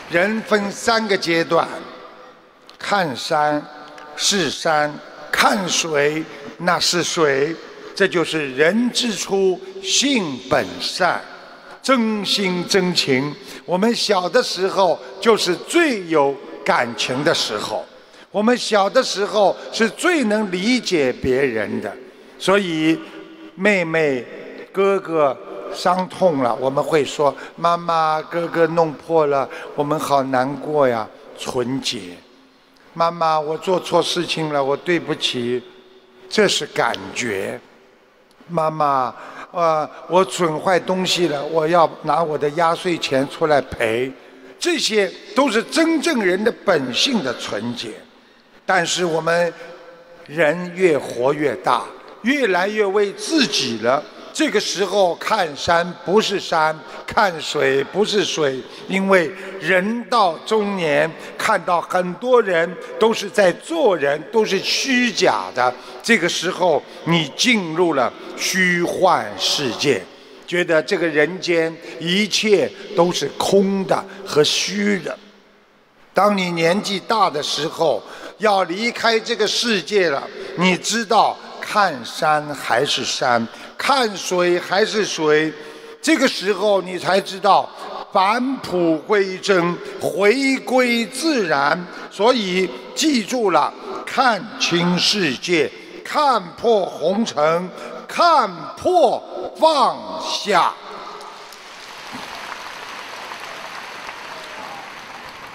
人分3个阶段：看山是山，看水那是水。这就是人之初，性本善，真心真情。我们小的时候就是最有感情的时候，我们小的时候是最能理解别人的。所以妹妹哥哥伤痛了，我们会说妈妈哥哥弄破了，我们好难过呀，纯洁。妈妈我做错事情了，我对不起，这是感觉。妈妈我损坏东西了，我要拿我的压岁钱出来赔。这些都是真正人的本性的纯洁。但是我们人越活越大，越来越为自己了。这个时候看山不是山，看水不是水，因为人到中年，看到很多人都是在做人，都是虚假的。这个时候你进入了虚幻世界，觉得这个人间一切都是空的和虚的。当你年纪大的时候，要离开这个世界了，你知道看山还是山，看水还是水。这个时候你才知道返璞归真，回归自然。所以记住了，看清世界，看破红尘，看破放下。